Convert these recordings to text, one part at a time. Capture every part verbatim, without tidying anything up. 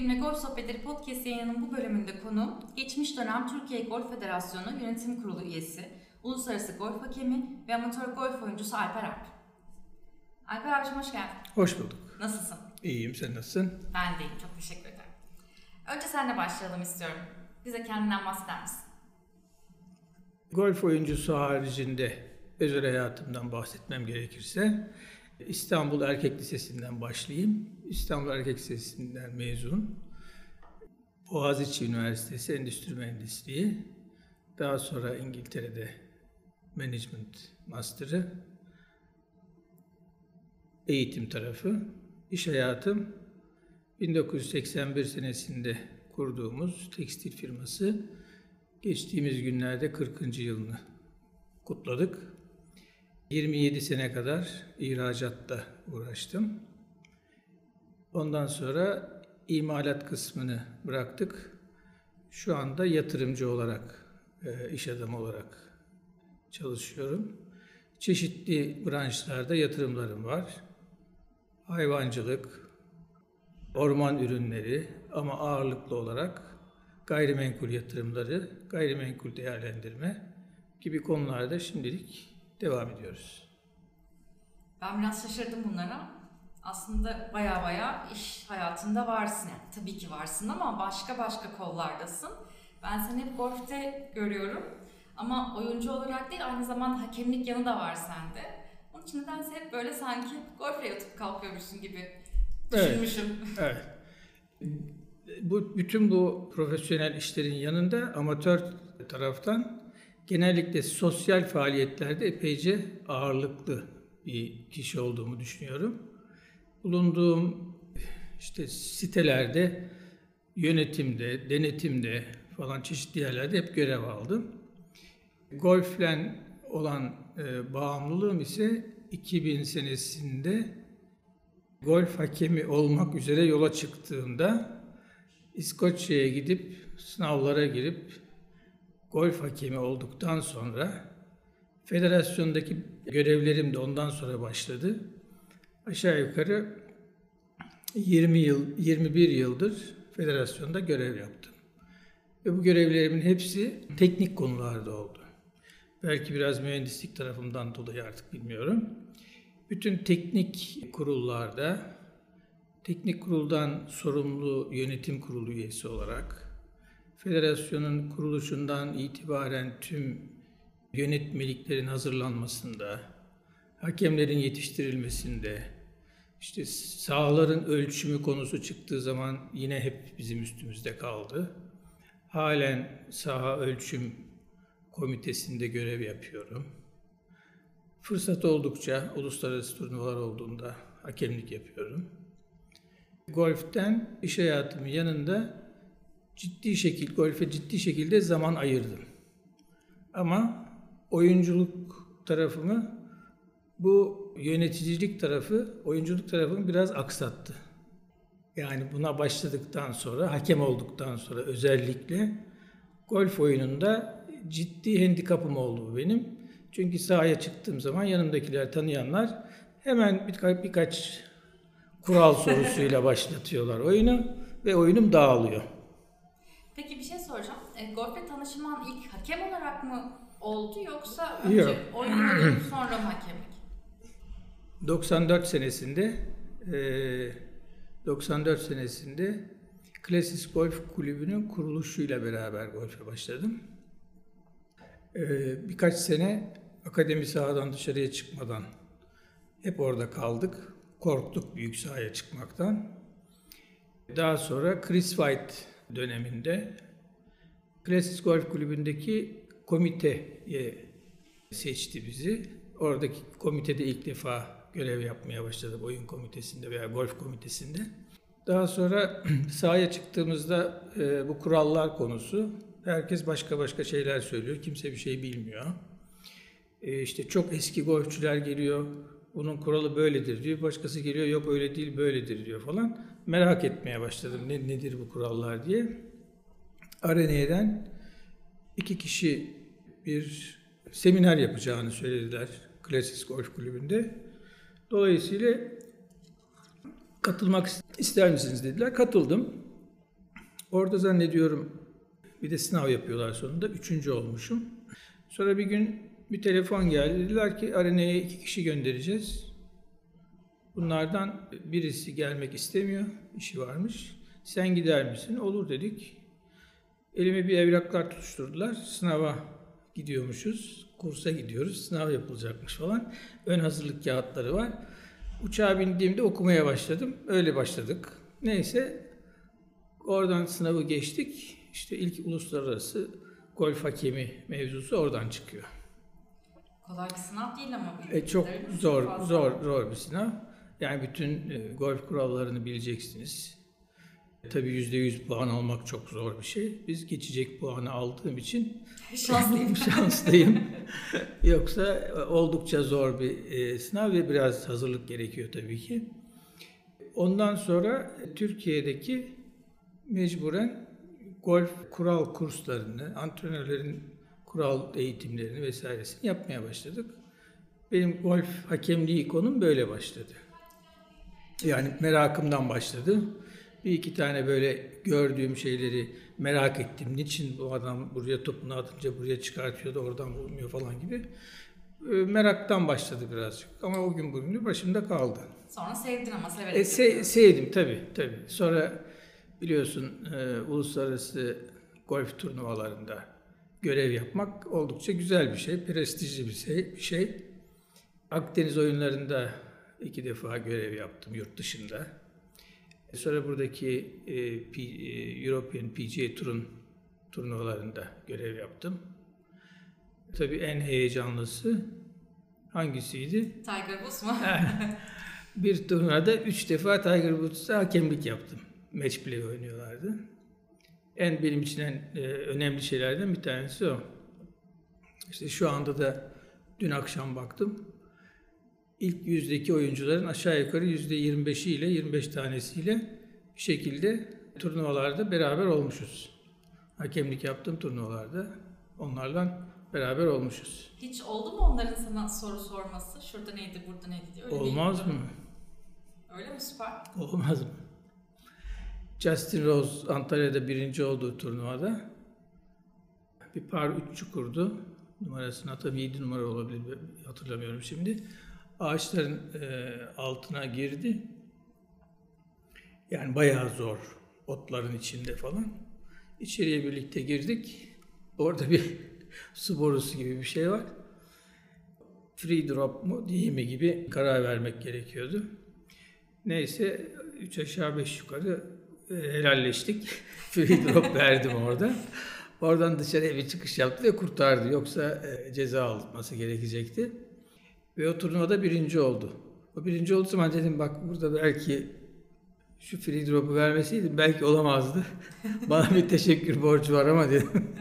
Filmle Golf Sohbetleri Podcast yayınının bu bölümünde konuğum, geçmiş dönem Türkiye Golf Federasyonu Yönetim Kurulu üyesi, Uluslararası Golf Hakemi ve amatör golf oyuncusu Alper Alp. Alper abicim hoş geldin. Hoş bulduk. Nasılsın? İyiyim, sen nasılsın? Ben de iyiyim, çok teşekkür ederim. Önce seninle başlayalım istiyorum. Bize kendinden bahseder misin? Golf oyuncusu haricinde özel hayatımdan bahsetmem gerekirse, İstanbul Erkek Lisesi'nden başlayayım. İstanbul Erkek Lisesi'nden mezun. Boğaziçi Üniversitesi Endüstri Mühendisliği. Daha sonra İngiltere'de Management Master'ı. Eğitim tarafı. İş hayatım bin dokuz yüz seksen bir senesinde kurduğumuz tekstil firması. Geçtiğimiz günlerde kırkıncı yılını kutladık. yirmi yedi sene kadar ihracatta uğraştım. Ondan sonra imalat kısmını bıraktık. Şu anda yatırımcı olarak, iş adamı olarak çalışıyorum. Çeşitli branşlarda yatırımlarım var. Hayvancılık, orman ürünleri ama ağırlıklı olarak gayrimenkul yatırımları, gayrimenkul değerlendirme gibi konularda şimdilik devam ediyoruz. Ben biraz şaşırdım bunlara. Aslında baya baya iş hayatında varsın. Yani tabii ki varsın ama başka başka kollardasın. Ben seni hep golfte görüyorum. Ama oyuncu olarak değil, aynı zamanda hakemlik yanı da var sende. Onun için nedense hep böyle sanki golfle yatıp kalkıyormuşsun gibi düşünmüşüm. Evet. evet. Bu, bütün bu profesyonel işlerin yanında amatör taraftan genellikle sosyal faaliyetlerde epeyce ağırlıklı bir kişi olduğumu düşünüyorum. Bulunduğum işte sitelerde, yönetimde, denetimde falan çeşitli yerlerde hep görev aldım. Golfle olan e, bağımlılığım ise iki bin senesinde golf hakemi olmak üzere yola çıktığımda İskoçya'ya gidip sınavlara girip golf hakemi olduktan sonra federasyondaki görevlerim de ondan sonra başladı. Aşağı yukarı yirmi yıl, yirmi bir yıldır federasyonda görev yaptım. Ve bu görevlerimin hepsi teknik konularda oldu. Belki biraz mühendislik tarafımdan dolayı artık bilmiyorum. Bütün teknik kurullarda, teknik kuruldan sorumlu yönetim kurulu üyesi olarak, federasyonun kuruluşundan itibaren tüm yönetmeliklerin hazırlanmasında, hakemlerin yetiştirilmesinde, işte sahaların ölçümü konusu çıktığı zaman yine hep bizim üstümüzde kaldı. Halen saha ölçüm komitesinde görev yapıyorum. Fırsat oldukça uluslararası turnuvalar olduğunda hakemlik yapıyorum. Golf'ten iş hayatımın yanında ciddi şekilde, golfe ciddi şekilde zaman ayırdım. Ama oyunculuk tarafımı, bu yöneticilik tarafı, oyunculuk tarafımı biraz aksattı. Yani buna başladıktan sonra, hakem olduktan sonra özellikle golf oyununda ciddi handikapım oldu benim. Çünkü sahaya çıktığım zaman yanımdakiler, tanıyanlar hemen birka- birkaç kural sorusuyla başlatıyorlar oyunu ve oyunum dağılıyor. Peki bir şey soracağım. E, golfle tanışman ilk hakem olarak mı oldu yoksa önce Yok. oynamadın sonra mı hakemlik? doksan dört senesinde e, doksan dört senesinde Klasis Golf Kulübü'nün kuruluşuyla beraber golfe başladım. E, birkaç sene akademi sahadan dışarıya çıkmadan hep orada kaldık. Korktuk büyük sahaya çıkmaktan. Daha sonra Chris White döneminde Klasis Golf Kulübü'ndeki komiteye seçti bizi. Oradaki komitede ilk defa görev yapmaya başladık, oyun komitesinde veya golf komitesinde. Daha sonra sahaya çıktığımızda e, bu kurallar konusu, herkes başka başka şeyler söylüyor, kimse bir şey bilmiyor. E, işte çok eski golfçüler geliyor, bunun kuralı böyledir diyor, başkası geliyor, yok öyle değil böyledir diyor falan. Merak etmeye başladım, ne, nedir bu kurallar diye. Arene'den iki kişi bir seminer yapacağını söylediler Klasis Golf Kulübü'nde. Dolayısıyla katılmak ister misiniz dediler. Katıldım. Orada zannediyorum bir de sınav yapıyorlar sonunda. Üçüncü olmuşum. Sonra bir gün bir telefon geldi. Dediler ki arenaya iki kişi göndereceğiz. Bunlardan birisi gelmek istemiyor. İşi varmış. Sen gider misin? Olur dedik. Elime bir evraklar tutuşturdular. Sınava gidiyormuşuz. Kursa gidiyoruz. Sınav yapılacakmış falan. Ön hazırlık kağıtları var. Uçağa bindiğimde okumaya başladım. Öyle başladık. Neyse oradan sınavı geçtik. İşte ilk uluslararası golf hakemi mevzusu oradan çıkıyor. Kolay bir sınav değil ama. E çok zor, fazla. zor, zor bir sınav. Yani bütün e, golf kurallarını bileceksiniz. E, tabii yüzde yüz puan almak çok zor bir şey. Biz geçecek puanı aldığım için şanslıyım. şanslıyım. Yoksa e, oldukça zor bir e, sınav ve biraz hazırlık gerekiyor tabii ki. Ondan sonra e, Türkiye'deki mecburen golf kural kurslarını, antrenörlerin kural eğitimlerini vesairesini yapmaya başladık. Benim golf hakemliği konum böyle başladı. Yani merakımdan başladı. Bir iki tane böyle gördüğüm şeyleri merak ettim. Niçin bu adam buraya topunu atınca buraya çıkartıyor da oradan vurmuyor falan gibi. Meraktan başladı birazcık. Ama o gün bugün başımda kaldı. Sonra sevdin ama severek. E, se- sevdim tabii tabii. Sonra biliyorsun e, uluslararası golf turnuvalarında görev yapmak oldukça güzel bir şey, prestijli bir şey. Bir şey. Akdeniz oyunlarında iki defa görev yaptım yurt dışında. Sonra buradaki e, P, e, European P G A Tour'un turnuvalarında görev yaptım. Tabii en heyecanlısı hangisiydi? Tiger Woods mu? Bir turnuvada üç defa Tiger Woods'a hakemlik yaptım. Match play oynuyorlardı. En benim için en e, önemli şeylerden bir tanesi o. İşte şu anda da dün akşam baktım. İlk yüzdeki oyuncuların aşağı yukarı yüzde yirmi beşi ile yirmi beş tanesiyle bir şekilde turnuvalarda beraber olmuşuz. Hakemlik yaptığım turnuvalarda onlarla beraber olmuşuz. Hiç oldu mu onların sana soru sorması? Şurada neydi, burada neydi diye. Öyle olmaz mı? Öyle mi? Süper. Olmaz mı? Justin Rose Antalya'da birinci olduğu turnuvada bir par üç çukurdu. Numarasını tabii yedi numara olabilir, hatırlamıyorum şimdi. Ağaçların e, altına girdi. Yani bayağı zor. Otların içinde falan. İçeriye birlikte girdik. Orada bir su borusu gibi bir şey var. Free drop mu değil mi gibi karar vermek gerekiyordu. Neyse üç aşağı beş yukarı e, helalleştik. Free drop verdim orada. Oradan dışarıya bir çıkış yaptı ve kurtardı. Yoksa e, ceza alması gerekecekti. Ve o turnuvada birinci oldu. O birinci olduğu zaman dedim bak burada belki şu free drop'u vermeseydim belki olamazdı. Bana bir teşekkür borcu var ama dedim.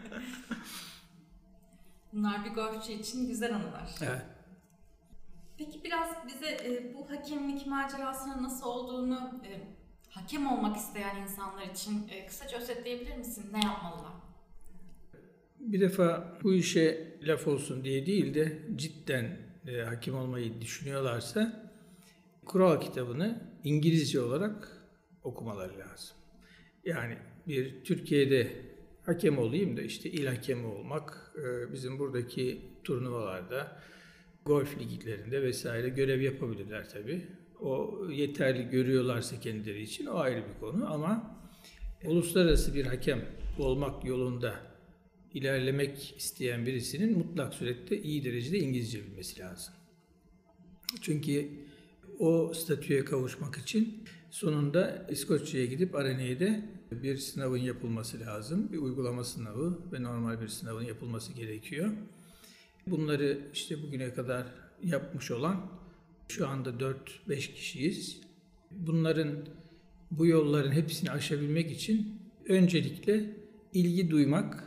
Bunlar bir golfçü için güzel anılar. Evet. Peki biraz bize e, bu hakemlik macerasının nasıl olduğunu, e, hakem olmak isteyen insanlar için e, kısaca özetleyebilir misin? Ne yapmalılar? Bir defa bu işe laf olsun diye değil de cidden e, hakim olmayı düşünüyorlarsa kural kitabını İngilizce olarak okumaları lazım. Yani bir Türkiye'de hakem olayım da işte il hakemi olmak, e, bizim buradaki turnuvalarda, golf liglerinde vesaire görev yapabilirler tabii. O yeterli görüyorlarsa kendileri için o ayrı bir konu ama uluslararası bir hakem olmak yolunda ilerlemek isteyen birisinin mutlak surette iyi derecede İngilizce bilmesi lazım. Çünkü o statüye kavuşmak için sonunda İskoçya'ya gidip Arene'de bir sınavın yapılması lazım. Bir uygulama sınavı ve normal bir sınavın yapılması gerekiyor. Bunları işte bugüne kadar yapmış olan şu anda dört beş kişiyiz. Bunların bu yolların hepsini aşabilmek için öncelikle ilgi duymak,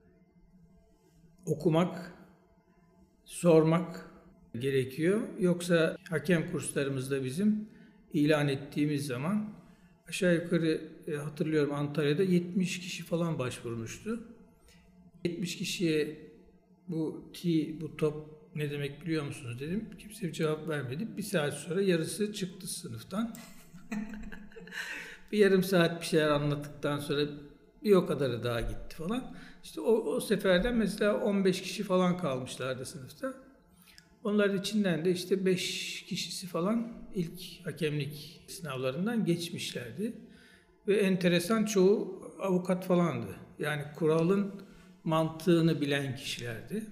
okumak, sormak gerekiyor. Yoksa hakem kurslarımızda bizim ilan ettiğimiz zaman aşağı yukarı e, hatırlıyorum Antalya'da yetmiş kişi falan başvurmuştu. yetmiş kişiye bu tee, bu top ne demek biliyor musunuz dedim. Kimse bir cevap vermedi. Bir saat sonra yarısı çıktı sınıftan. Bir yarım saat bir şeyler anlattıktan sonra bir o kadarı daha gitti falan. İşte o, o seferden mesela on beş kişi falan kalmışlardı sınıfta. Onların içinden de işte beş kişisi falan ilk hakemlik sınavlarından geçmişlerdi. Ve enteresan çoğu avukat falandı. Yani kuralın mantığını bilen kişilerdi.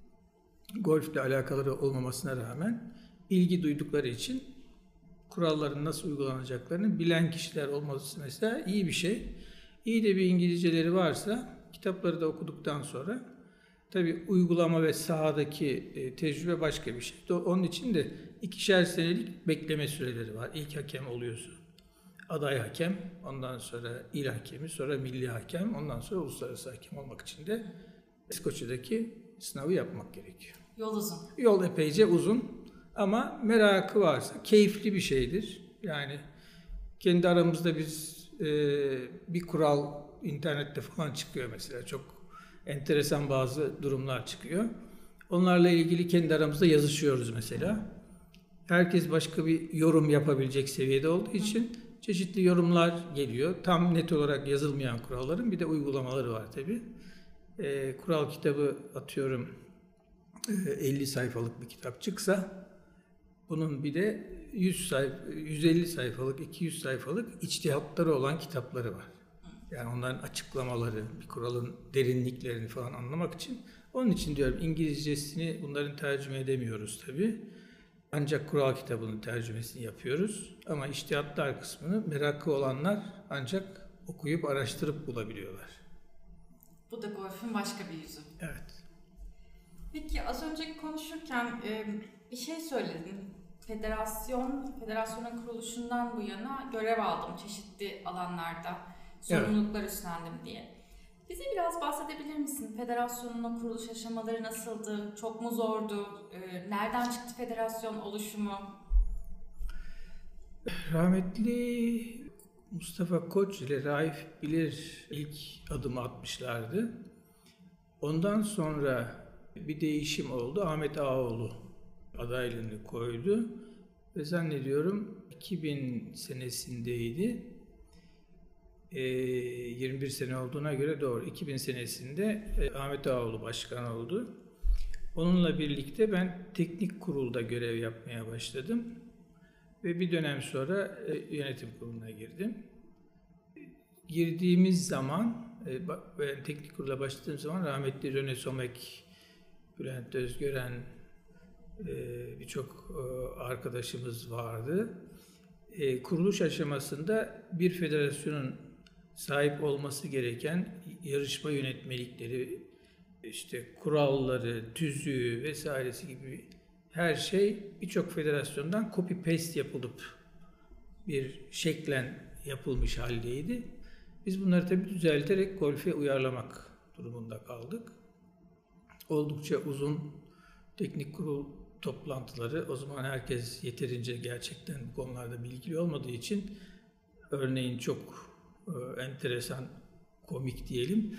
Golfle alakaları olmamasına rağmen ilgi duydukları için kuralların nasıl uygulanacaklarını bilen kişiler olması mesela iyi bir şey. İyi de bir İngilizceleri varsa kitapları da okuduktan sonra tabii uygulama ve sahadaki e, tecrübe başka bir şey. Onun için de ikişer senelik bekleme süreleri var. İlk hakem oluyorsun. Aday hakem, ondan sonra il hakemi, sonra milli hakem, ondan sonra uluslararası hakem olmak için de İskoçya'daki sınavı yapmak gerekiyor. Yol uzun. Yol epeyce uzun ama merakı varsa keyifli bir şeydir. Yani kendi aramızda biz e, bir kural internette falan çıkıyor mesela. Çok enteresan bazı durumlar çıkıyor. Onlarla ilgili kendi aramızda yazışıyoruz mesela. Herkes başka bir yorum yapabilecek seviyede olduğu için çeşitli yorumlar geliyor. Tam net olarak yazılmayan kuralların bir de uygulamaları var tabii. E, kural kitabı atıyorum elli sayfalık bir kitap çıksa bunun bir de yüz sayfa, yüz elli sayfalık, iki yüz sayfalık içtihatları olan kitapları var. Yani onların açıklamaları, bir kuralın derinliklerini falan anlamak için. Onun için diyorum İngilizcesini bunların tercüme edemiyoruz tabii. Ancak kural kitabının tercümesini yapıyoruz. Ama içtihatlar kısmını merakı olanlar ancak okuyup araştırıp bulabiliyorlar. Bu da golfün başka bir yüzü. Evet. Peki az önce konuşurken e, bir şey söyledin. Federasyon, federasyonun kuruluşundan bu yana görev aldım çeşitli alanlarda. Sorumluluklar evet. üstlendim diye. Bize biraz bahsedebilir misin? Federasyonun kuruluş aşamaları nasıldı? Çok mu zordu? E, nereden çıktı federasyon oluşumu? Rahmetli Mustafa Koç ile Raif Bilir ilk adımı atmışlardı. Ondan sonra bir değişim oldu. Ahmet Ağaoğlu adaylığını koydu. Ve zannediyorum iki bin senesindeydi. E, yirmi bir sene olduğuna göre doğru. iki bin senesinde e, Ahmet Ağaoğlu başkan oldu. Onunla birlikte ben teknik kurulda görev yapmaya başladım. Ve bir dönem sonra e, yönetim kuruluna girdim. Girdiğimiz zaman, e, ben teknik kurula başladığım zaman rahmetli Rene Somek, Bülent Özgören, e, birçok e, arkadaşımız vardı. E, kuruluş aşamasında bir federasyonun sahip olması gereken yarışma yönetmelikleri, işte kuralları, tüzüğü vesairesi gibi her şey birçok federasyondan copy paste yapılıp bir şeklen yapılmış haldeydi. Biz bunları tabii düzelterek golfe uyarlamak durumunda kaldık. Oldukça uzun teknik kurul toplantıları, o zaman herkes yeterince gerçekten bu konularda bilgili olmadığı için örneğin çok e, enteresan, komik diyelim,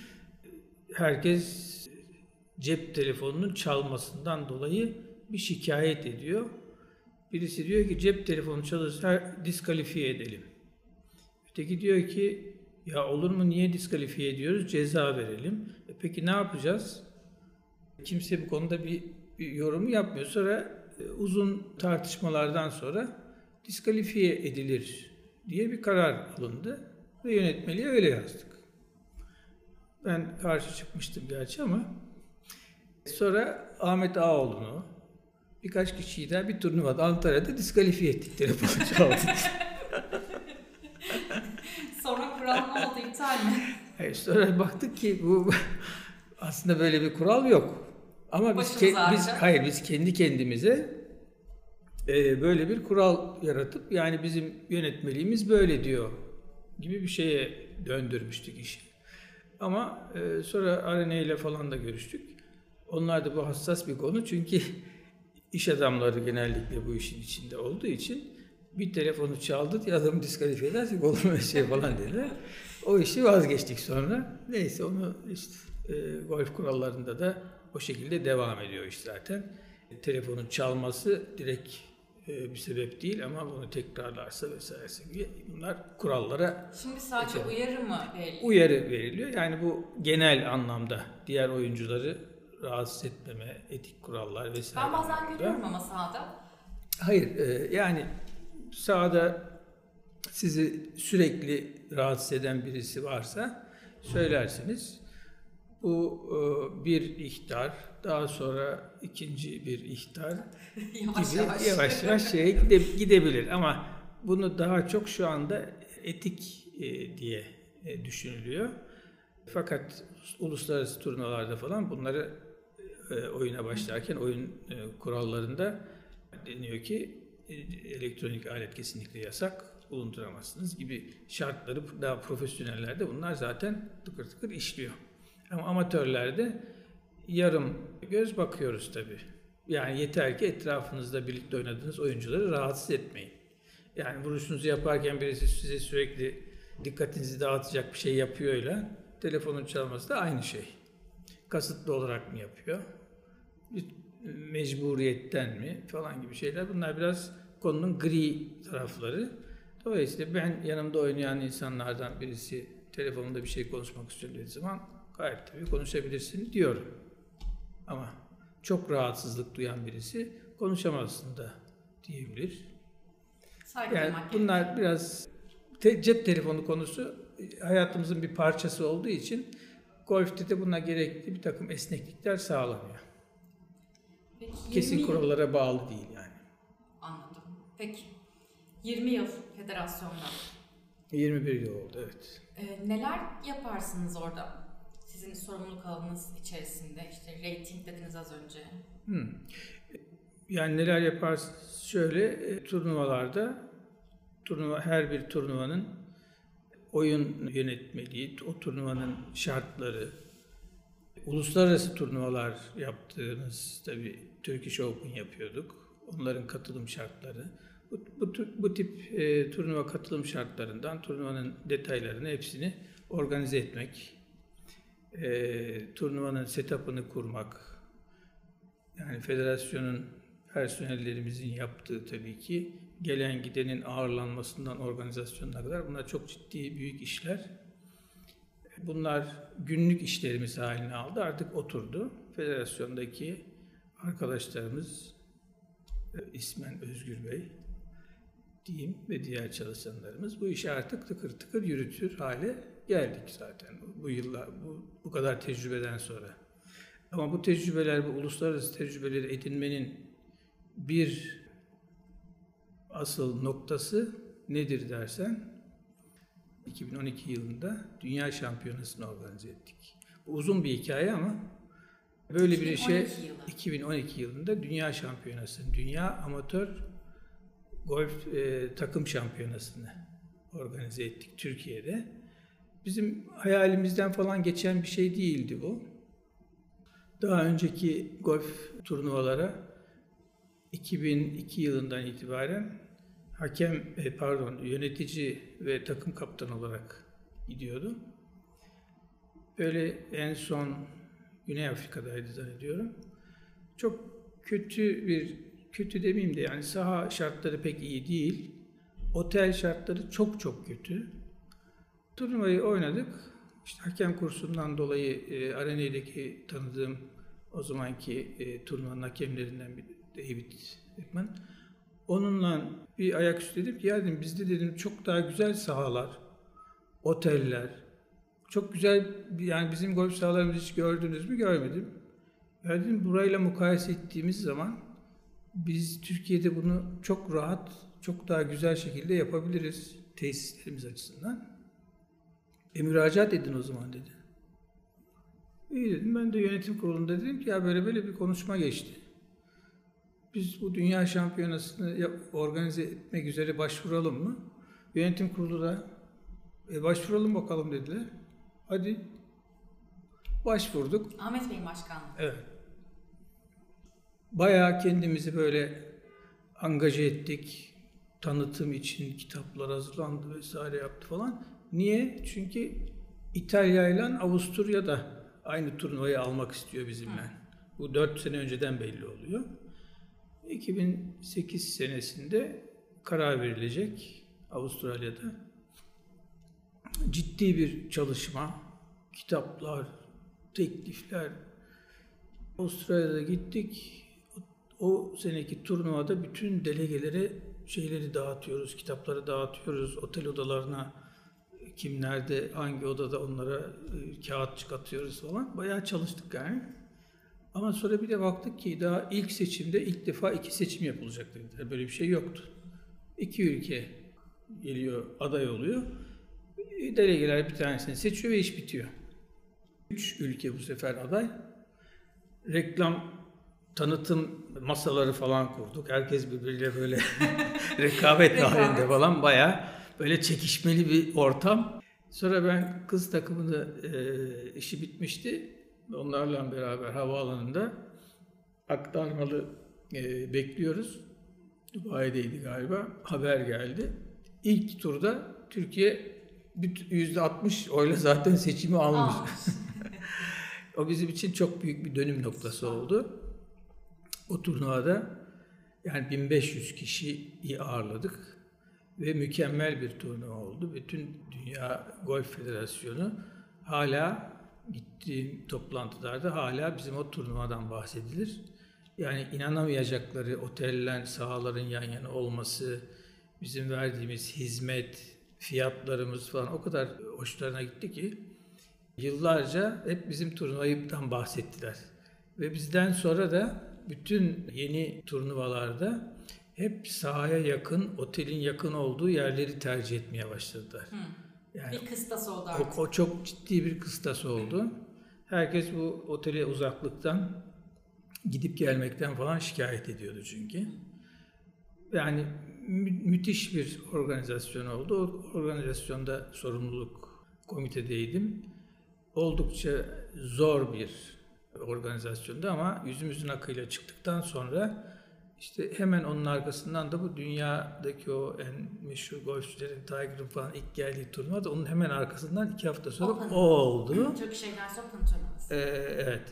herkes cep telefonunun çalmasından dolayı bir şikayet ediyor. Birisi diyor ki cep telefonu çalırsa diskalifiye edelim. Öteki diyor ki ya olur mu, niye diskalifiye ediyoruz, ceza verelim. E peki ne yapacağız? Kimse bu konuda bir, bir yorumu yapmıyor. Sonra e, uzun tartışmalardan sonra diskalifiye edilir diye bir karar alındı ve yönetmeliğe öyle yazdık. Ben karşı çıkmıştım gerçi ama sonra Ahmet Ağaoğlu'nu, birkaç kişiyi daha bir turnuvada Antalya'da diskalifiye ettik telefonu çaldı. Sonra kural ne oldu, iptal mi? Hayır, sonra baktık ki bu aslında böyle bir kural yok. Ama biz, ke- biz hayır biz kendi kendimize e, böyle bir kural yaratıp yani bizim yönetmeliğimiz böyle diyor gibi bir şeye döndürmüştük işi. Ama e, sonra Arena ile falan da görüştük. Onlar da bu hassas bir konu çünkü iş adamları genellikle bu işin içinde olduğu için bir telefonu çaldı diye adamı diskalifiye edersek olur mu şey falan dediler. O işi vazgeçtik sonra. Neyse onu işte e, golf kurallarında da o şekilde devam ediyor iş zaten. E, telefonun çalması direkt bir sebep değil ama bunu tekrarlarsa vesairesi gibi bunlar kurallara Şimdi sadece geçelim. Uyarı mı veriliyor? Uyarı veriliyor. Yani bu genel anlamda diğer oyuncuları rahatsız etmeme, etik kurallar vesaire. Ben bazen anlamda. görüyorum ama sahada. Hayır, e, yani sahada sizi sürekli rahatsız eden birisi varsa söylersiniz. Bu e, bir ihtar, daha sonra ikinci bir ihtar yavaş gibi yavaş. yavaş yavaş şeye gide- gidebilir. Ama bunu daha çok şu anda etik e, diye e, düşünülüyor. Fakat uluslararası turnuvalarda falan bunları e, oyuna başlarken oyun e, kurallarında deniyor ki e, elektronik alet kesinlikle yasak, bulunduramazsınız gibi şartları daha profesyonellerde bunlar zaten tıkır tıkır işliyor. Ama amatörlerde yarım göz bakıyoruz tabii. Yani yeter ki etrafınızda birlikte oynadığınız oyuncuları rahatsız etmeyin. Yani vuruşunuzu yaparken birisi size sürekli dikkatinizi dağıtacak bir şey yapıyorla telefonun çalması da aynı şey. Kasıtlı olarak mı yapıyor? Mecburiyetten mi falan gibi şeyler. Bunlar biraz konunun gri tarafları. Dolayısıyla ben yanımda oynayan insanlardan birisi telefonunda bir şey konuşmak istiyor dediği zaman gayet tabii konuşabilirsin diyorum. Ama çok rahatsızlık duyan birisi konuşamazsın da diyebilir. Saygı Yani duymak bunlar gerekiyor. biraz te- cep telefonu konusu hayatımızın bir parçası olduğu için golfte de buna gerekli bir takım esneklikler sağlanıyor. Peki, Kesin yirmi kurallara bağlı değil yani. Anladım. Peki. yirmi yıl federasyonda. yirmi bir yıl oldu, evet. Ee, neler yaparsınız orada? Sizin sorumluluk alanınız içerisinde. İşte rating dediniz az önce. Hmm. Yani neler yaparsınız? Şöyle e, turnuvalarda turnuva her bir turnuvanın oyun yönetmeliği, o turnuvanın şartları, uluslararası turnuvalar yaptığımız tabii Turkish Open yapıyorduk. Onların katılım şartları. Bu, bu, bu tip e, turnuva katılım şartlarından turnuvanın detaylarını hepsini organize etmek, e, turnuvanın setup'ını kurmak, yani federasyonun personellerimizin yaptığı tabii ki gelen gidenin ağırlanmasından organizasyonuna kadar bunlar çok ciddi büyük işler. Bunlar günlük işlerimiz haline aldı. Artık oturdu. Federasyondaki arkadaşlarımız İsmen Özgür Bey diyeyim ve diğer çalışanlarımız bu işi artık tıkır tıkır yürütür hale geldik zaten bu yıllar bu, bu kadar tecrübeden sonra. Ama bu tecrübeler, bu uluslararası tecrübeleri edinmenin bir asıl noktası nedir dersen, iki bin on iki yılında Dünya Şampiyonası'nı organize ettik. Bu uzun bir hikaye ama böyle bir şey yılı. iki bin on iki yılında Dünya Şampiyonası'nı, Dünya Amatör Golf e, Takım Şampiyonası'nı organize ettik Türkiye'de. Bizim hayalimizden falan geçen bir şey değildi bu. Daha önceki golf turnuvalara iki bin iki yılından itibaren hakem, pardon, yönetici ve takım kaptanı olarak gidiyordum. Böyle en son Güney Afrika'daydı zannediyorum. Çok kötü bir, kötü demeyeyim de yani saha şartları pek iyi değil. Otel şartları çok çok kötü. Turnuvayı oynadık. İşte hakem kursundan dolayı e, Arena'daki tanıdığım o zamanki e, turnuvanın hakemlerinden bir David Ekman. Onunla bir ayaküstü dedim ki ya dedim bizde dedim çok daha güzel sahalar, oteller, çok güzel yani bizim golf sahalarımızı hiç gördünüz mü? Görmedim. Ya dedim burayla mukayese ettiğimiz zaman biz Türkiye'de bunu çok rahat, çok daha güzel şekilde yapabiliriz tesislerimiz açısından. E müracaat edin o zaman dedi. İyi dedim. Ben de yönetim kurulunda dedim ki ya böyle böyle bir konuşma geçti. Biz bu dünya şampiyonasını organize etmek üzere başvuralım mı? Yönetim kurulu da e, başvuralım bakalım dediler. Hadi. Başvurduk. Ahmet Bey'in başkanlığı. Evet. Bayağı kendimizi böyle angaje ettik. Tanıtım için kitaplar hazırlandı vesaire yaptı falan. Niye? Çünkü İtalya ile Avusturya da aynı turnuvayı almak istiyor bizimle. Bu dört sene önceden belli oluyor. iki bin sekiz senesinde karar verilecek Avustralya'da. Ciddi bir çalışma, kitaplar, teklifler. Avustralya'da gittik. O seneki turnuvada bütün delegelere şeyleri dağıtıyoruz, kitapları dağıtıyoruz, otel odalarına kim nerede, hangi odada onlara e, kağıt çıkartıyoruz falan. Bayağı çalıştık yani. Ama sonra bir de baktık ki daha ilk seçimde ilk defa iki seçim yapılacak dediler. Böyle bir şey yoktu. İki ülke geliyor, aday oluyor. Delegeler bir tanesini seçiyor ve iş bitiyor. Üç ülke bu sefer aday. Reklam, tanıtım masaları falan kurduk. Herkes birbiriyle böyle rekabet halinde falan, bayağı böyle çekişmeli bir ortam. Sonra ben kız takımını e, işi bitmişti. Onlarla beraber havaalanında aktarmalı e, bekliyoruz. Dubai'deydi galiba. Haber geldi. İlk turda Türkiye yüzde altmış oyla zaten seçimi almış. O bizim için çok büyük bir dönüm noktası oldu. O turnuvada yani bin beş yüz kişiyi ağırladık ve mükemmel bir turnuva oldu. Bütün Dünya Golf Federasyonu hala, gittiğim toplantılarda hala bizim o turnuvadan bahsedilir. Yani inanamayacakları oteller, sahaların yan yana olması, bizim verdiğimiz hizmet, fiyatlarımız falan o kadar hoşlarına gitti ki yıllarca hep bizim turnuvaydan bahsettiler. Ve bizden sonra da bütün yeni turnuvalarda hep sahaya yakın, otelin yakın olduğu yerleri tercih etmeye başladılar. Hı. Yani bir kıstas oldu artık. O, o çok ciddi bir kıstas oldu. Herkes bu otele uzaklıktan, gidip gelmekten falan şikayet ediyordu çünkü. Yani mü- müthiş bir organizasyon oldu. O organizasyonda sorumluluk komitedeydim. Oldukça zor bir organizasyondu ama yüzümüzün akıyla çıktıktan sonra işte hemen onun arkasından da bu dünyadaki o en meşhur golfçülerin, Tiger'ın falan ilk geldiği turnuva da onun hemen arkasından iki hafta sonra Open. o oldu. Turkish Airlines Open turnuvası. Ee, evet.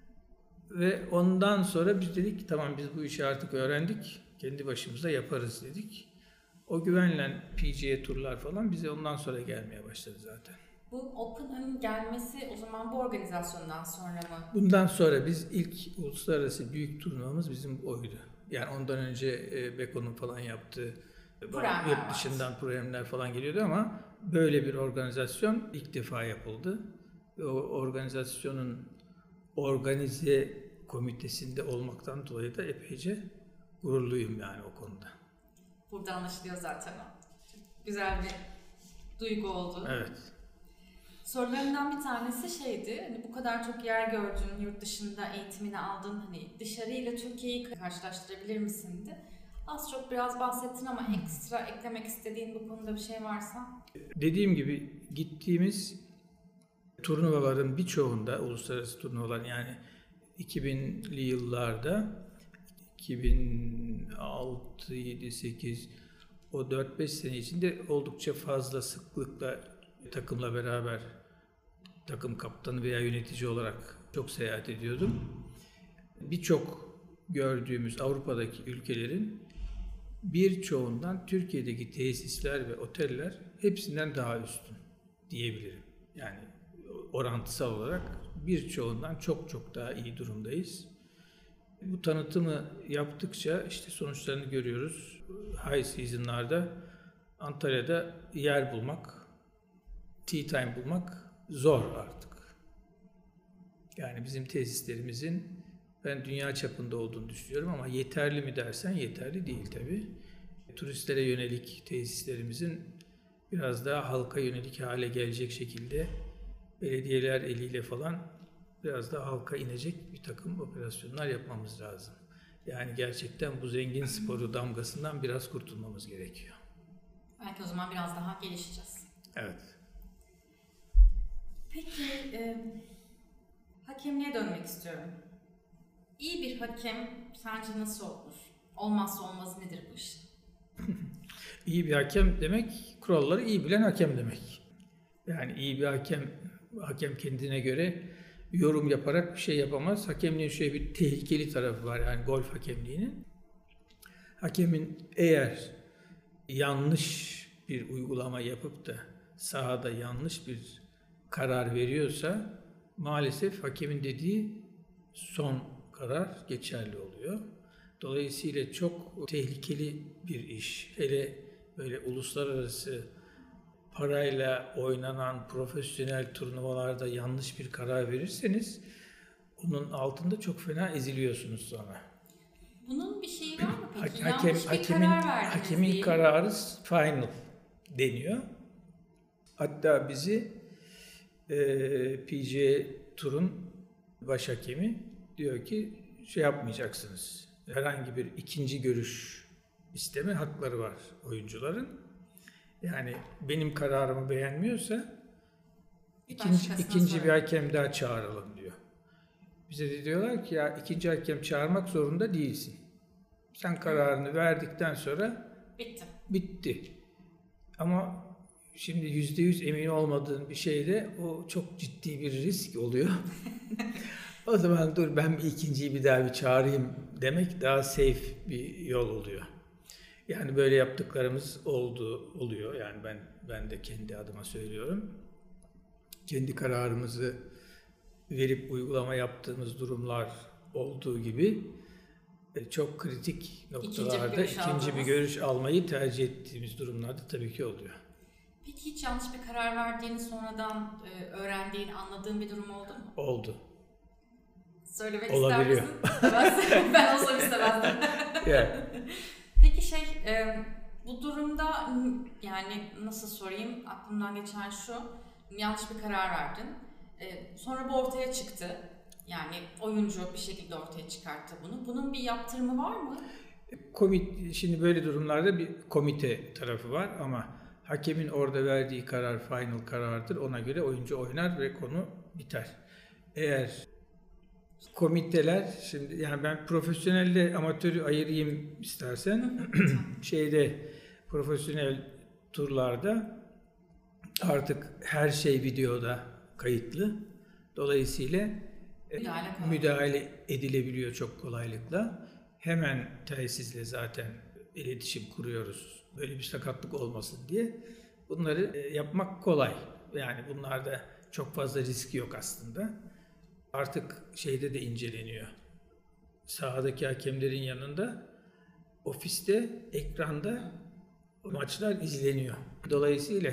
Ve ondan sonra biz dedik ki tamam, biz bu işi artık öğrendik. Kendi başımıza yaparız dedik. O güvenle P G A turlar falan bize ondan sonra gelmeye başladı zaten. Bu Open'ın gelmesi o zaman bu organizasyondan sonra mı? Bundan sonra biz ilk uluslararası büyük turnuvamız bizim oydu. Yani ondan önce e, Beko'nun falan yaptığı Programlar yurt dışından var. programlar falan geliyordu ama böyle bir organizasyon ilk defa yapıldı. Ve o organizasyonun organize komitesinde olmaktan dolayı da epeyce gururluyum yani o konuda. Burada anlaşılıyor zaten o. Güzel bir duygu oldu. Evet. Sorularımdan bir tanesi şeydi, hani bu kadar çok yer gördün, yurt dışında eğitimini aldın, hani dışarıyla Türkiye'yi karşılaştırabilir misindi? Az çok biraz bahsettin ama ekstra eklemek istediğin bu konuda bir şey varsa? Dediğim gibi gittiğimiz turnuvaların birçoğunda, uluslararası turnuvalar yani iki binli yıllarda, iki bin altı, yedi, sekiz, o dört beş sene içinde oldukça fazla sıklıkla takımla beraber takım kaptanı veya yönetici olarak çok seyahat ediyordum. Birçok gördüğümüz Avrupa'daki ülkelerin birçoğundan Türkiye'deki tesisler ve oteller hepsinden daha üstün diyebilirim. Yani orantısal olarak birçoğundan çok çok daha iyi durumdayız. Bu tanıtımı yaptıkça işte sonuçlarını görüyoruz. High season'larda Antalya'da yer bulmak, tea time bulmak zor artık. Yani bizim tesislerimizin ben dünya çapında olduğunu düşünüyorum ama yeterli mi dersen yeterli değil tabii. Turistlere yönelik tesislerimizin biraz daha halka yönelik hale gelecek şekilde belediyeler eliyle falan biraz daha halka inecek bir takım operasyonlar yapmamız lazım. Yani gerçekten bu zengin sporu damgasından biraz kurtulmamız gerekiyor. Belki o zaman biraz daha gelişeceğiz. Evet. Peki, e, hakemliğe dönmek istiyorum. İyi bir hakem sence nasıl olur? Olmazsa olmazı nedir bu işin? İyi bir hakem demek, kuralları iyi bilen hakem demek. Yani iyi bir hakem, hakem kendine göre yorum yaparak bir şey yapamaz. Hakemliğin şöyle bir tehlikeli tarafı var yani golf hakemliğinin. Hakemin eğer yanlış bir uygulama yapıp da sahada yanlış bir karar veriyorsa maalesef hakemin dediği son karar geçerli oluyor. Dolayısıyla çok tehlikeli bir iş. Hele böyle uluslararası parayla oynanan profesyonel turnuvalarda yanlış bir karar verirseniz onun altında çok fena eziliyorsunuz sonra. Bunun bir şeyi var mı peki? Hakem, Yanlış bir hakemin, karar verdiniz hakemin diyelim. kararı final deniyor. Hatta bizi e, P G A Tour'un baş hakemi diyor ki şey yapmayacaksınız. Herhangi bir ikinci görüş isteme hakları var oyuncuların. Yani benim kararımı beğenmiyorsa ikinci, ikinci bir hakem daha çağıralım diyor. Bize de diyorlar ki ya ikinci hakem çağırmak zorunda değilsin. Sen kararını verdikten sonra bitti. Bitti. Ama şimdi yüzde yüz emin olmadığın bir şeyde o çok ciddi bir risk oluyor. O zaman dur ben bir ikinciyi bir daha bir çağırayım demek daha safe bir yol oluyor. Yani böyle yaptıklarımız oldu, oluyor. Yani ben ben de kendi adıma söylüyorum. Kendi kararımızı verip uygulama yaptığımız durumlar olduğu gibi çok kritik noktalarda İkinci bir görüş, ikinci bir görüş almayı tercih ettiğimiz durumlarda tabii ki oluyor. Peki hiç yanlış bir karar verdiğini sonradan e, öğrendiğin, anladığın bir durum oldu mu? Oldu. Söylemek Olabiliyor. ister misin? Ben, ben olsam istemezdim. Yani. Peki şey, e, bu durumda yani nasıl sorayım, aklımdan geçen şu, yanlış bir karar verdin. E, sonra bu ortaya çıktı. Yani oyuncu bir şekilde ortaya çıkarttı bunu. Bunun bir yaptırımı var mı? Komite, şimdi böyle durumlarda bir komite tarafı var ama hakemin orada verdiği karar final karardır. Ona göre oyuncu oynar ve konu biter. Eğer komiteler, şimdi yani ben profesyonelle amatörü ayırayım istersen şeyde profesyonel turlarda artık her şey videoda kayıtlı. Dolayısıyla Müdahale, müdahale edilebiliyor çok kolaylıkla. Hemen telsizle zaten iletişim kuruyoruz. Böyle bir sakatlık olmasın diye. Bunları yapmak kolay. Yani bunlarda çok fazla riski yok aslında. Artık şeyde de inceleniyor. Sahadaki hakemlerin yanında ofiste, ekranda maçlar izleniyor. Dolayısıyla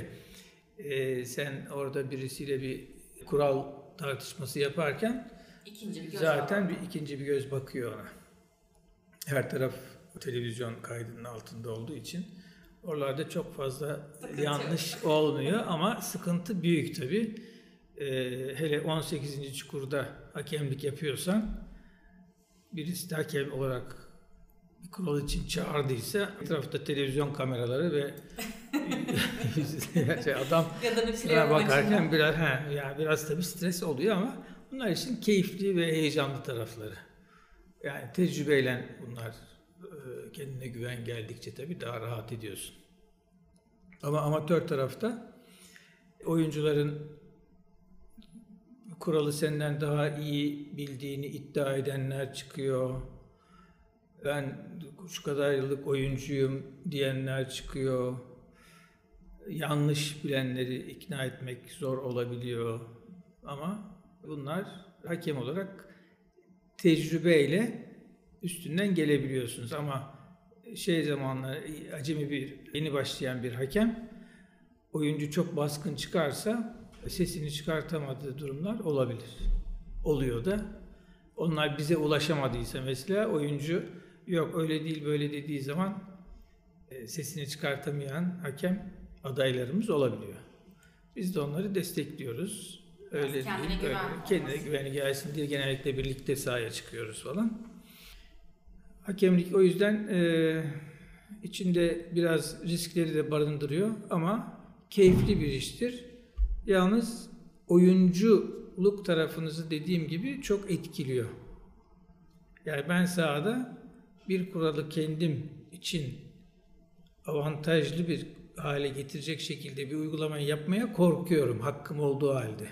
e, sen orada birisiyle bir kural tartışması yaparken İkinci bir göz zaten var. bir ikinci bir göz bakıyor ona. Her taraf televizyon kaydının altında olduğu için oralarda çok fazla Sıkıntı yanlış yok. olmuyor ama sıkıntı büyük tabii. Ee, hele on sekizinci çukurda hakemlik yapıyorsan birisi de hakem olarak bir kural için çağırdıysa etrafta televizyon kameraları ve şey, adam sana bakarken biraz he, yani biraz tabii stres oluyor ama bunlar için keyifli ve heyecanlı tarafları. Yani tecrübeyle bunlar kendine güven geldikçe tabii daha rahat ediyorsun. Ama amatör tarafta oyuncuların kuralı senden daha iyi bildiğini iddia edenler çıkıyor. Ben şu kadar yıllık oyuncuyum diyenler çıkıyor. Yanlış bilenleri ikna etmek zor olabiliyor. Ama bunlar hakem olarak tecrübeyle üstünden gelebiliyorsunuz. Ama şey zamanlar acemi bir, yeni başlayan bir hakem oyuncu çok baskın çıkarsa sesini çıkartamadığı durumlar olabilir. Oluyor da. Onlar bize ulaşamadıysa mesela oyuncu yok öyle değil böyle dediği zaman sesini çıkartamayan hakem adaylarımız olabiliyor. Biz de onları destekliyoruz. Öyle kendine değil, güven öyle. Kendine güveni gelsin diye genellikle birlikte sahaya çıkıyoruz falan. Hakemlik o yüzden e, içinde biraz riskleri de barındırıyor ama keyifli bir iştir. Yalnız oyunculuk tarafınızı dediğim gibi çok etkiliyor. Yani ben sahada bir kuralı kendim için avantajlı bir hale getirecek şekilde bir uygulamayı yapmaya korkuyorum hakkım olduğu halde.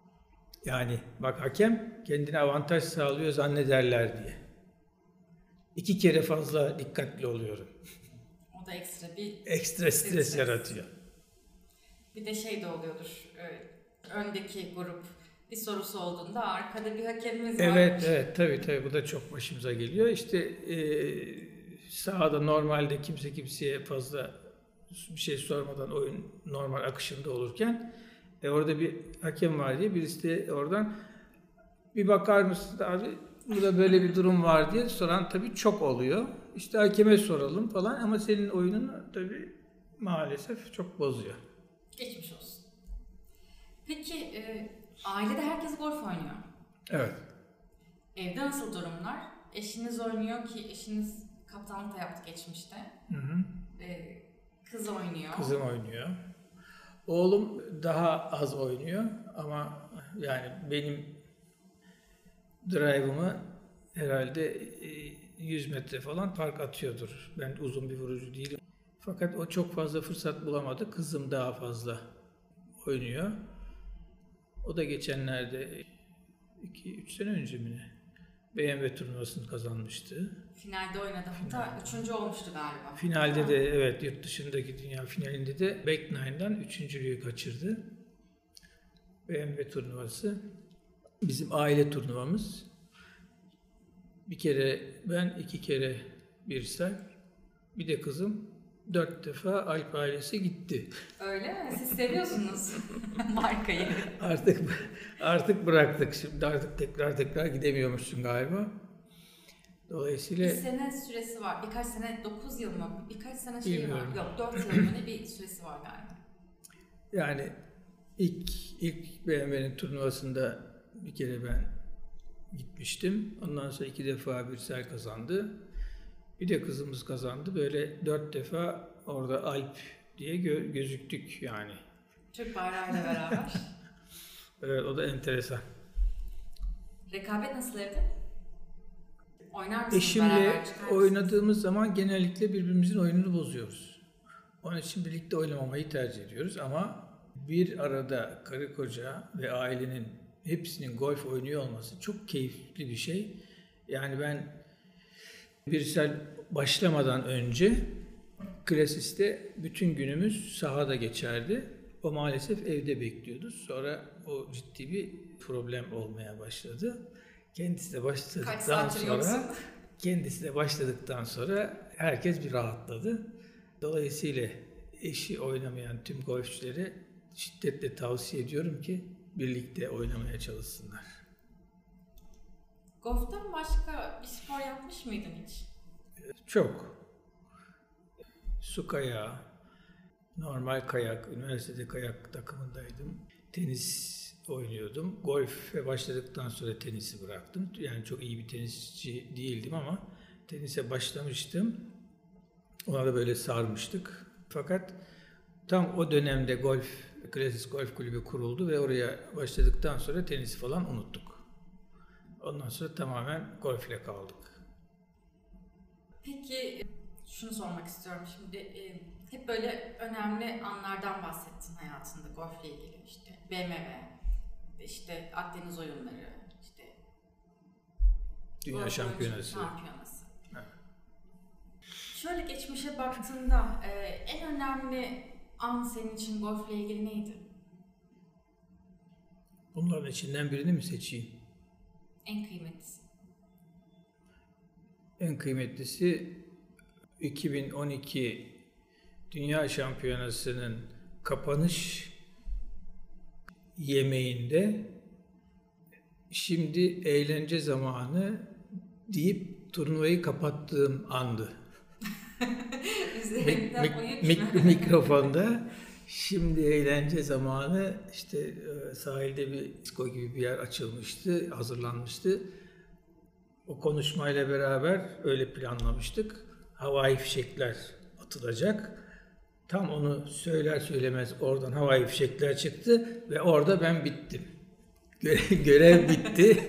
Yani bak hakem kendine avantaj sağlıyor zannederler diye. iki kere fazla dikkatli oluyorum. O da ekstra bir Ekstra stres, stres yaratıyor. Bir de şey de oluyordur. Öndeki grup bir sorusu olduğunda arkada bir hakemimiz var. Evet, evet, tabii tabii bu da çok başımıza geliyor. İşte e, sahada normalde kimse kimseye fazla bir şey sormadan oyun normal akışında olurken e, orada bir hakem var diye birisi de oradan bir bakar mısın abi burada böyle bir durum var diye soran tabii çok oluyor. İşte hakeme soralım falan ama senin oyununu tabii maalesef çok bozuyor. Geçmiş olsun. Peki e, ailede herkes golf oynuyor. Evet. Evde nasıl durumlar? Eşiniz oynuyor ki eşiniz kaptanlık da yaptı geçmişte. Hı hı. E, kız oynuyor. Kızım oynuyor. Oğlum daha az oynuyor ama yani benim drive'ımı herhalde yüz metre falan fark atıyordur. Ben uzun bir vurucu değilim. Fakat o çok fazla fırsat bulamadı. Kızım daha fazla oynuyor. O da geçenlerde iki üç sene önce mi ne? B M W turnuvasını kazanmıştı. Finalde oynadı. Hatta üçüncü olmuştu galiba. Finalde de evet yurt dışındaki dünya finalinde de back nine'dan üçüncülüğü kaçırdı. B M W turnuvası. Bizim aile turnuvamız. Bir kere ben, iki kere Birsel, bir de kızım dört defa Alp ailesi gitti. Öyle mi? Siz seviyorsunuz markayı. Artık artık bıraktık. Şimdi artık tekrar tekrar gidemiyormuşsun galiba. Dolayısıyla Bir sene süresi var. Birkaç sene, dokuz yıl mı? Birkaç sene şey bilmiyorum. var. Yok, dört yıl mı ne bir süresi var galiba. Yani ilk ilk B M W'nin turnuvasında bir kere ben gitmiştim. Ondan sonra iki defa Birsel kazandı. Bir de kızımız kazandı. Böyle dört defa orada Alp diye gö- gözüktük yani. Türk bayrağıyla beraber. Evet, o da enteresan. Rekabet nasıl evde? Oynar mısınız Eşimle beraber? Çıkar mısınız? oynadığımız zaman genellikle birbirimizin oyununu bozuyoruz. Onun için birlikte oynamamayı tercih ediyoruz ama bir arada karı koca ve ailenin hepsinin golf oynuyor olması çok keyifli bir şey. Yani ben Birsel başlamadan önce Klasis'te bütün günümüz sahada geçerdi. O maalesef evde bekliyordu. Sonra o ciddi bir problem olmaya başladı. Kendisi de başladıktan sonra kendisi de başladıktan sonra herkes bir rahatladı. Dolayısıyla eşi oynamayan tüm golfçülere şiddetle tavsiye ediyorum ki birlikte oynamaya çalışsınlar. Golf'tan başka bir spor yapmış mıydın hiç? Çok. Su kayağı, normal kayak, üniversitede kayak takımındaydım. Tenis oynuyordum. Golfe başladıktan sonra tenisi bıraktım. Yani çok iyi bir tenisçi değildim ama tenise başlamıştım. Ona da böyle sarmıştık. Fakat tam o dönemde golf, Klasis Golf Kulübü kuruldu ve oraya başladıktan sonra tenisi falan unuttuk. Ondan sonra tamamen golfle kaldık. Peki şunu sormak istiyorum şimdi. E, hep böyle önemli anlardan bahsettin hayatında golfle ilgili. İşte B M W, işte Akdeniz oyunları, işte Dünya şampiyonası. şampiyonası. Evet. Şöyle geçmişe baktığında e, en önemli an senin için golfle ilgili neydi? Bunların içinden birini mi seçeyim? En kıymetlisi. En kıymetlisi iki bin on iki Dünya Şampiyonası'nın kapanış yemeğinde şimdi eğlence zamanı deyip turnuvayı kapattığım andı. Mik- mik- mik- mikrofonda şimdi eğlence zamanı işte sahilde bir disco gibi bir yer açılmıştı, hazırlanmıştı. O konuşmayla beraber öyle planlamıştık. Havai fişekler atılacak. Tam onu söyler söylemez oradan havai fişekler çıktı ve orada ben bittim. Görev, görev bitti.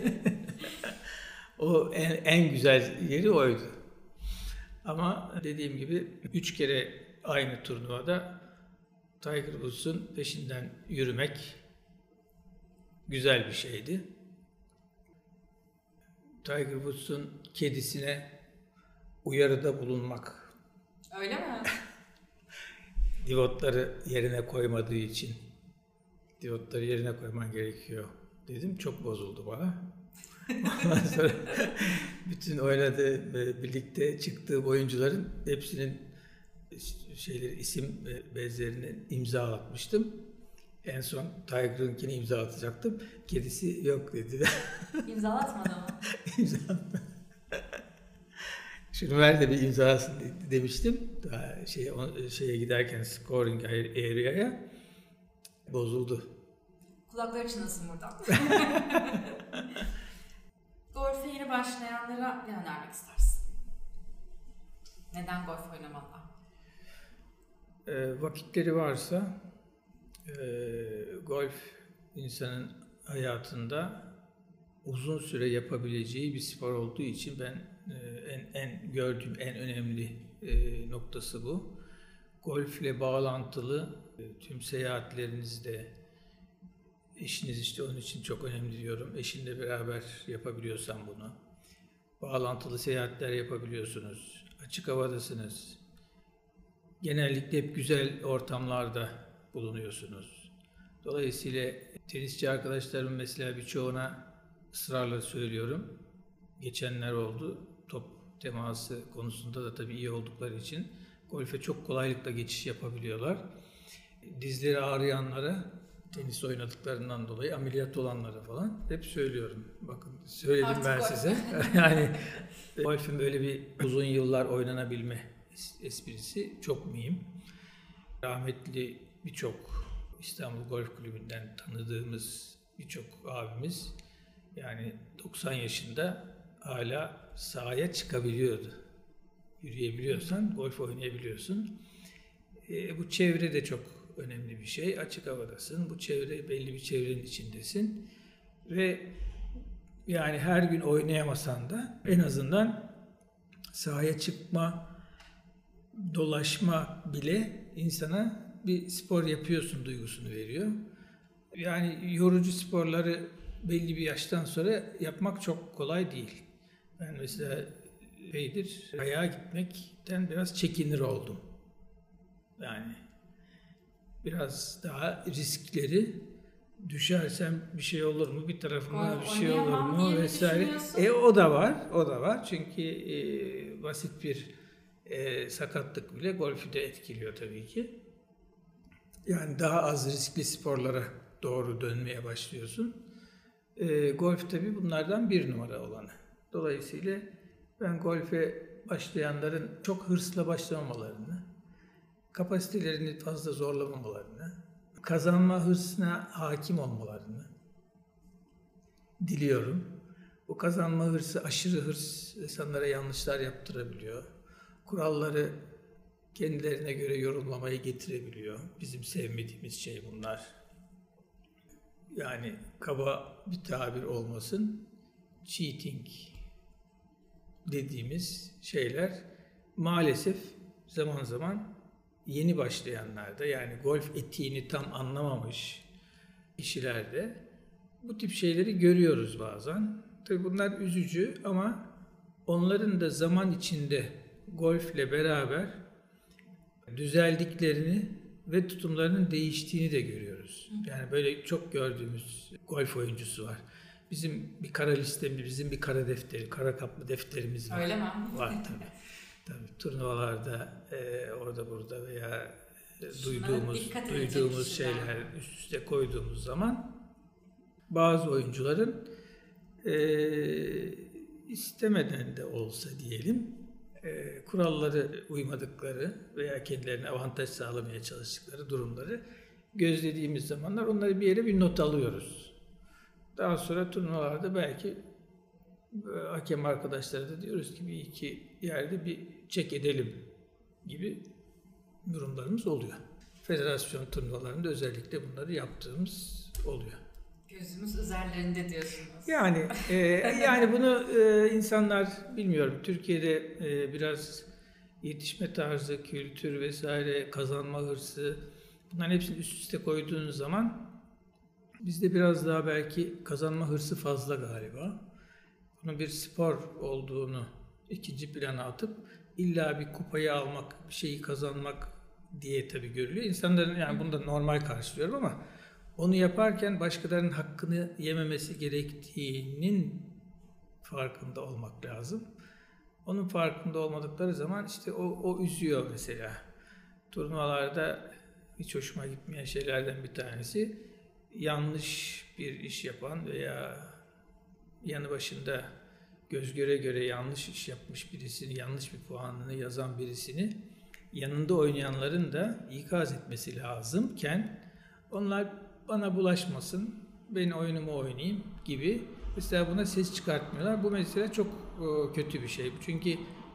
O en, en güzel yeri oydu. Ama dediğim gibi üç kere aynı turnuvada Tiger Woods'un peşinden yürümek güzel bir şeydi. Tiger Woods'un kedisine uyarıda bulunmak. Öyle mi? Divotları yerine koymadığı için. Divotları yerine koyman gerekiyor dedim. Çok bozuldu bana. Ondan sonra bütün oynadığı, birlikte çıktığı oyuncuların hepsinin şeyleri, isim bezlerini imza atmıştım. En son Tiger'ınkini imza atacaktım. Kedisi yok dedi. İmzalatmadı mı? İmzalatmadı. Şunu ver de bir imzalasın demiştim. Daha şeye, şeye giderken scoring area'ya bozuldu. Kulakları çınlasın buradan. Golfe yeni başlayanlara ne önermek istersin? Neden golf oynamalı? E, vakitleri varsa e, golf insanın hayatında uzun süre yapabileceği bir spor olduğu için ben e, en, en gördüğüm en önemli e, noktası bu. Golfle bağlantılı e, tüm seyahatlerinizde eşiniz işte onun için çok önemli diyorum. Eşinle beraber yapabiliyorsan bunu. Bağlantılı seyahatler yapabiliyorsunuz. Açık havadasınız. Genellikle hep güzel ortamlarda bulunuyorsunuz. Dolayısıyla tenisçi arkadaşlarım mesela birçoğuna ısrarla söylüyorum. Geçenler oldu. Top teması konusunda da tabii iyi oldukları için golfe çok kolaylıkla geçiş yapabiliyorlar. Dizleri ağrıyanlara, tenis oynadıklarından dolayı ameliyat olanlara falan hep söylüyorum. Bakın söyledim Artık ben golf. size. Yani golfün böyle bir uzun yıllar oynanabilme esprisi çok mühim. Rahmetli birçok İstanbul Golf Kulübü'nden tanıdığımız birçok abimiz yani doksan yaşında hala sahaya çıkabiliyordu. Yürüyebiliyorsan golf oynayabiliyorsun. E, bu çevre de çok önemli bir şey. Açık havadasın. Bu çevre belli bir çevrenin içindesin. Ve yani her gün oynayamasan da en azından sahaya çıkma, dolaşma bile insana bir spor yapıyorsun duygusunu veriyor. Yani yorucu sporları belli bir yaştan sonra yapmak çok kolay değil. Ben mesela şeydir, ayağa gitmekten biraz çekinir oldum. Yani biraz daha riskleri, düşersem bir şey olur mu, bir tarafıma bir şey olur mu vesaire. E o da var, o da var. Çünkü e, basit bir e, sakatlık bile golfü de etkiliyor tabii ki. Yani daha az riskli sporlara doğru dönmeye başlıyorsun. E, golf tabii bunlardan bir numara olanı. Dolayısıyla ben golfe başlayanların çok hırsla başlamamalarını, kapasitelerini fazla zorlamamalarını, kazanma hırsına hakim olmalarını diliyorum. Bu kazanma hırsı, aşırı hırs insanlara yanlışlar yaptırabiliyor. Kuralları kendilerine göre yorumlamayı getirebiliyor. Bizim sevmediğimiz şey bunlar. Yani kaba bir tabir olmasın, cheating dediğimiz şeyler maalesef zaman zaman yeni başlayanlarda, yani golf etiğini tam anlamamış kişilerde bu tip şeyleri görüyoruz bazen. Tabii bunlar üzücü ama onların da zaman içinde golfle beraber düzeldiklerini ve tutumlarının değiştiğini de görüyoruz. Yani böyle çok gördüğümüz golf oyuncusu var. Bizim bir kara listemiz, bizim bir kara defteri, kara kaplı defterimiz var. Öyle mi? Var tabii. Tabii turnuvalarda e, orada burada veya e, duyduğumuz duyduğumuz şeyler üst üste koyduğumuz zaman bazı oyuncuların e, istemeden de olsa diyelim e, kuralları uymadıkları veya kendilerine avantaj sağlamaya çalıştıkları durumları gözlediğimiz zamanlar onları bir yere bir not alıyoruz. Daha sonra turnuvalarda belki hakem arkadaşlara da diyoruz ki bir iki yerde bir çek edelim gibi durumlarımız oluyor. Federasyon turnuvalarında özellikle bunları yaptığımız oluyor. Gözümüz üzerlerinde diyorsunuz. Yani e, yani bunu e, insanlar bilmiyorum. Türkiye'de e, biraz yetişme tarzı, kültür vesaire, kazanma hırsı bunların hepsini üst üste koyduğunuz zaman bizde biraz daha belki kazanma hırsı fazla galiba. Bunun bir spor olduğunu ikinci plana atıp illa bir kupayı almak, bir şeyi kazanmak diye tabii görülüyor. İnsanların yani bunu da normal karşılıyorum ama onu yaparken başkalarının hakkını yememesi gerektiğinin farkında olmak lazım. Onun farkında olmadıkları zaman işte o, o üzüyor mesela. Turnuvalarda hiç hoşuma gitmeyen şeylerden bir tanesi yanlış bir iş yapan veya yanı başında göz göre göre yanlış iş yapmış birisini, yanlış bir puanını yazan birisini yanında oynayanların da ikaz etmesi lazımken onlar bana bulaşmasın, ben oyunumu oynayayım gibi mesela buna ses çıkartmıyorlar. Bu mesela çok e, kötü bir şey. Çünkü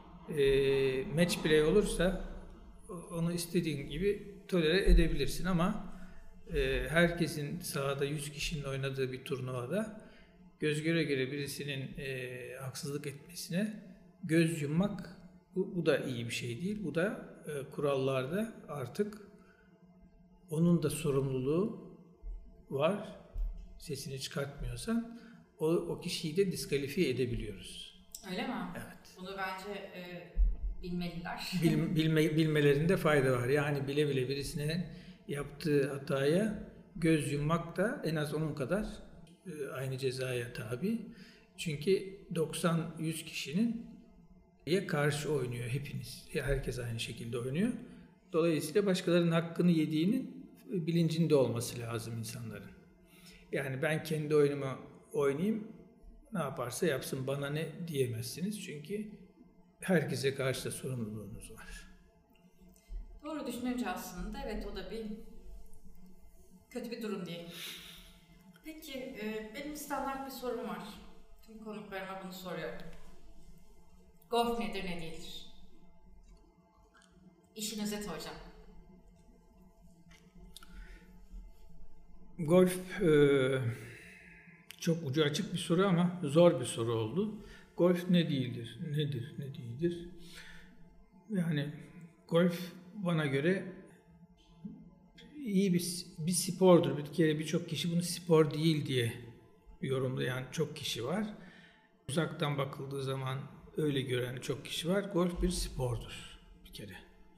e, match play olursa onu istediğin gibi tolere edebilirsin ama e, herkesin sahada yüz kişinin oynadığı bir turnuvada göz göre göre birisinin e, haksızlık etmesine göz yummak bu, bu da iyi bir şey değil. Bu da e, kurallarda artık onun da sorumluluğu var. Sesini çıkartmıyorsan o, o kişiyi de diskalifiye edebiliyoruz. Öyle mi? Evet. Bunu bence e, bilmeliler. Bil, bilme, bilmelerinde fayda var. Yani bile bile birisine yaptığı hataya göz yummak da en az onun kadar e, aynı cezaya tabi. Çünkü doksan yüz kişinin ya karşı oynuyor hepiniz. Ya herkes aynı şekilde oynuyor. Dolayısıyla başkalarının hakkını yediğinin bilincinde olması lazım insanların. Yani ben kendi oyunumu oynayayım, ne yaparsa yapsın bana ne diyemezsiniz. Çünkü herkese karşı da sorumluluğunuz var. Doğru düşününce aslında evet o da bir kötü bir durum diyelim. Peki e, benim standart bir sorum var. Tüm konuklarıma bunu soruyorum. Golf nedir, ne değildir? İşin özeti hocam. Golf e, çok ucu açık bir soru ama zor bir soru oldu. Golf ne değildir, nedir, ne değildir? Yani golf bana göre iyi bir, bir spordur. Bir kere birçok kişi bunu spor değil diye yorumlayan çok kişi var. Uzaktan bakıldığı zaman öyle gören çok kişi var. Golf bir spordur bir kere.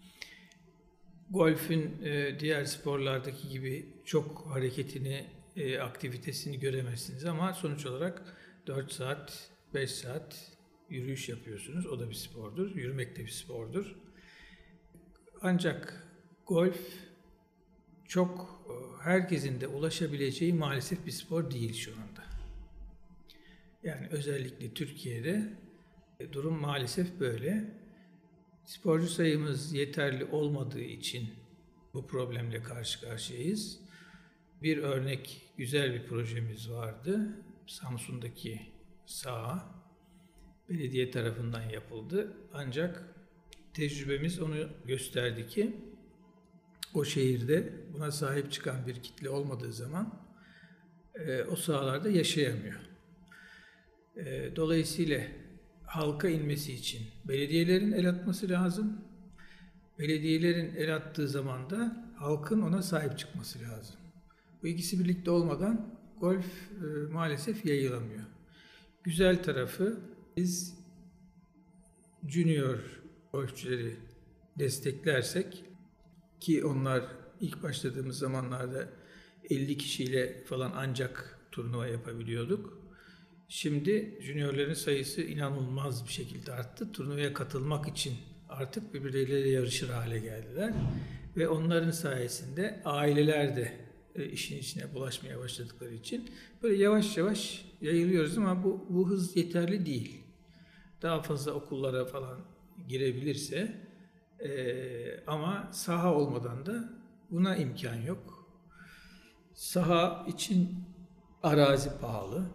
Golfün e, diğer sporlardaki gibi çok hareketini, e, aktivitesini göremezsiniz ama sonuç olarak dört saat, beş saat yürüyüş yapıyorsunuz. O da bir spordur. Yürümek de bir spordur. Ancak golf çok herkesin de ulaşabileceği maalesef bir spor değil şu anda. Yani özellikle Türkiye'de durum maalesef böyle. Sporcu sayımız yeterli olmadığı için bu problemle karşı karşıyayız. Bir örnek güzel bir projemiz vardı. Samsun'daki saha belediye tarafından yapıldı. Ancak tecrübemiz onu gösterdi ki o şehirde buna sahip çıkan bir kitle olmadığı zaman e, o sahalarda yaşayamıyor. E, dolayısıyla halka inmesi için belediyelerin el atması lazım. Belediyelerin el attığı zaman da halkın ona sahip çıkması lazım. Bu ikisi birlikte olmadan golf e, maalesef yayılamıyor. Güzel tarafı biz junior golfçüleri desteklersek ki onlar ilk başladığımız zamanlarda elli kişiyle falan ancak turnuva yapabiliyorduk. Şimdi juniorların sayısı inanılmaz bir şekilde arttı. Turnuvaya katılmak için artık birbirleriyle yarışır hale geldiler. Ve onların sayesinde aileler de e, işin içine bulaşmaya başladıkları için böyle yavaş yavaş yayılıyoruz ama bu, bu hız yeterli değil. Daha fazla okullara falan girebilirse e, ama saha olmadan da buna imkan yok. Saha için arazi pahalı.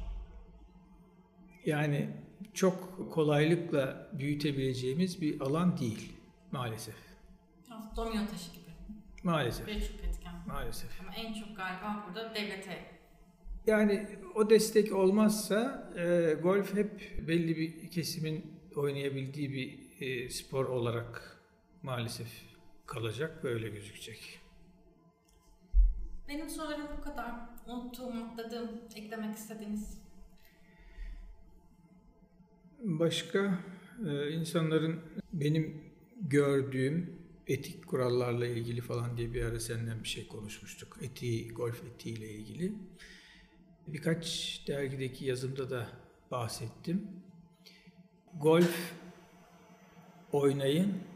Yani çok kolaylıkla büyütebileceğimiz bir alan değil maalesef. Aslında domino taşı gibi. Maalesef. Birçok etken. Maalesef. Ama en çok galiba burada devlete. Yani o destek olmazsa e, golf hep belli bir kesimin oynayabildiği bir e, spor olarak maalesef kalacak ve öyle gözükecek. Benim sorularım bu kadar. Unuttuğum, atladığım, eklemek istediğiniz. Başka Ee, insanların benim gördüğüm etik kurallarla ilgili falan diye bir ara senden bir şey konuşmuştuk. Etiği, golf etiğiyle ilgili. Birkaç dergideki yazımda da bahsettim. Golf oynayın,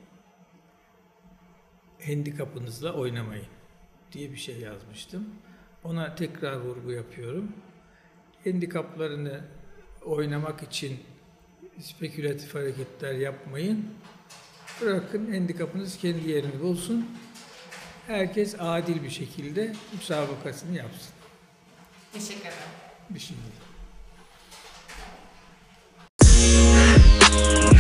handikapınızla oynamayın diye bir şey yazmıştım. Ona tekrar vurgu yapıyorum. Handikaplarını oynamak için spekülatif hareketler yapmayın. Bırakın handikapınız kendi yerini bulsun. Herkes adil bir şekilde müsabakasını yapsın. Teşekkür ederim. Bir şey değil.